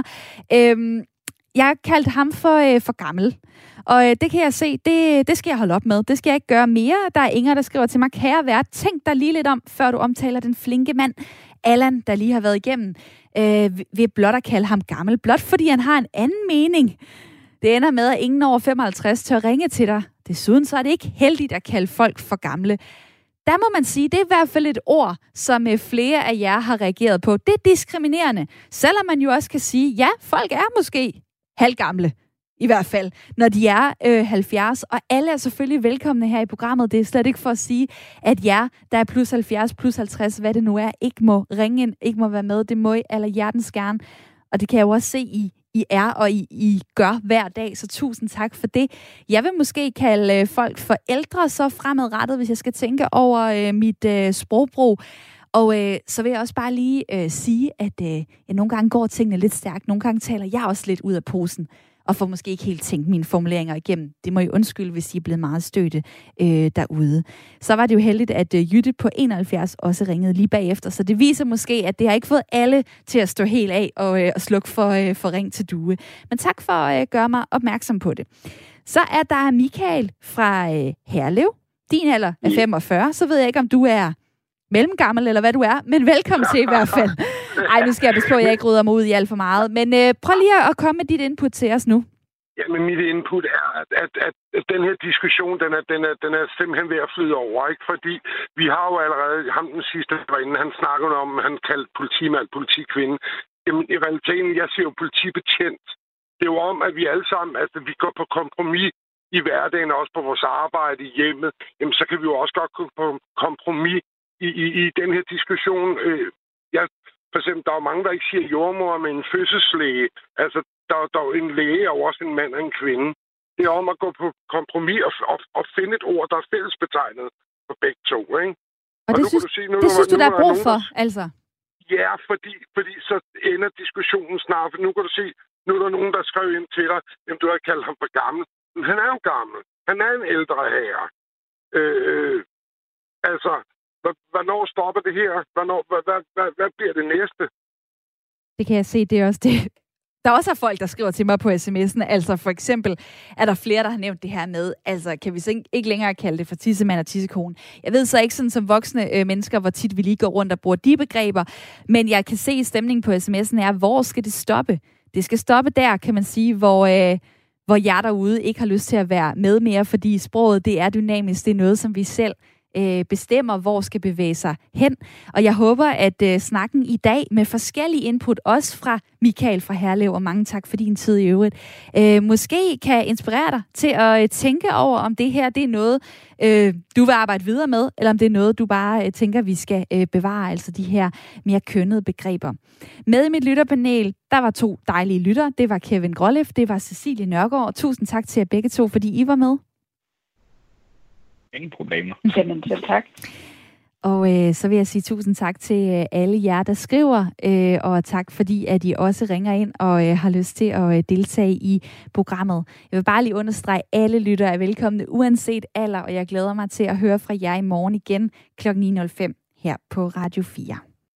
Jeg kaldte ham for gammel, og det kan jeg se, det skal jeg holde op med. Det skal jeg ikke gøre mere. Der er Inger, der skriver til mig, kære vært, tænk dig lige lidt om, før du omtaler den flinke mand, Allan, der lige har været igennem, ved blot at kalde ham gammel, blot fordi han har en anden mening. Det ender med, at ingen over 55 tør ringe til dig. Desuden så er det ikke heldigt at kalde folk for gamle. Der må man sige, det er i hvert fald et ord, som flere af jer har reageret på. Det er diskriminerende. Selvom man jo også kan sige, ja, folk er måske halvgamle. I hvert fald, når de er 70. Og alle er selvfølgelig velkomne her i programmet. Det er slet ikke for at sige, at jer, der er plus 70, plus 50, hvad det nu er, ikke må ringe ind, ikke må være med. Det må I aller hjertens gerne. Og det kan jeg jo også se, I er, og I gør hver dag, så tusind tak for det. Jeg vil måske kalde folk for ældre så fremadrettet, hvis jeg skal tænke over mit sprogbrug. Og så vil jeg også bare lige sige, at nogle gange går tingene lidt stærkt. Nogle gange taler jeg også lidt ud af posen, og får måske ikke helt tænkt mine formuleringer igennem. Det må I undskylde, hvis I er blevet meget støtte derude. Så var det jo heldigt, at Jytte på 71 også ringede lige bagefter, så det viser måske, at det har ikke fået alle til at stå helt af og slukke for ring til due. Men tak for at gøre mig opmærksom på det. Så er der Michael fra Herlev. Din alder er 45, så ved jeg ikke, om du er mellemgammel, eller hvad du er, men velkommen til i hvert fald. Ej, nu skal jeg passe på, at jeg ikke rydder mig ud i alt for meget. Men prøv lige at komme med dit input til os nu. Ja, men mit input er, at den her diskussion, den er simpelthen ved at flyde over, ikke? Fordi vi har jo allerede, ham den sidste derinde, han snakkede om, han kaldte politimand, politikvinde. Jamen, i realiteten, jeg siger jo politibetjent. Det er jo om, at vi alle sammen, altså vi går på kompromis i hverdagen, også på vores arbejde i hjemmet. Jamen, så kan vi jo også godt gå på kompromis i den her diskussion. For eksempel, der er jo mange, der ikke siger jordmor, men en fødselslæge. Altså, der er jo en læge og også en mand og en kvinde. Det er om at gå på kompromis og finde et ord, der er fællesbetegnet for begge to, ikke? Og det synes du, der er brug for, altså? Ja, fordi så ender diskussionen snart. For nu kan du se, nu er der nogen, der skrev ind til dig, jamen du har kaldt ham for gammel. Men han er jo gammel. Han er en ældre herre. Altså, hvornår stopper det her? Hvad bliver det næste? Det kan jeg se, det er også det. Der også er folk, der skriver til mig på sms'en. Altså for eksempel er der flere, der har nævnt det her med, altså kan vi så ikke længere kalde det for tissemand og tissekone. Jeg ved så ikke sådan som voksne mennesker, hvor tit vi lige går rundt og bruger de begreber, men jeg kan se i stemningen på sms'en er, hvor skal det stoppe? Det skal stoppe der, kan man sige, hvor jeg derude ikke har lyst til at være med mere, fordi sproget, det er dynamisk, det er noget, som vi selv bestemmer, hvor skal bevæge sig hen. Og jeg håber, at snakken i dag med forskellige input, også fra Michael fra Herlev, og mange tak for din tid i øvrigt, måske kan inspirere dig til at tænke over, om det her det er noget, du vil arbejde videre med, eller om det er noget, du bare tænker, vi skal bevare, altså de her mere kønnede begreber. Med i mit lytterpanel, der var 2 dejlige lytter. Det var Kevin Grolleff, det var Cecilie Nørgaard. Tusind tak til jer begge to, fordi I var med. Ingen problemer. Jamen, selv tak. Og så vil jeg sige tusind tak til alle jer, der skriver, og tak fordi, at I også ringer ind og har lyst til at deltage i programmet. Jeg vil bare lige understrege, at alle lyttere er velkomne, uanset alder, og jeg glæder mig til at høre fra jer i morgen igen kl. 9.05 her på Radio 4.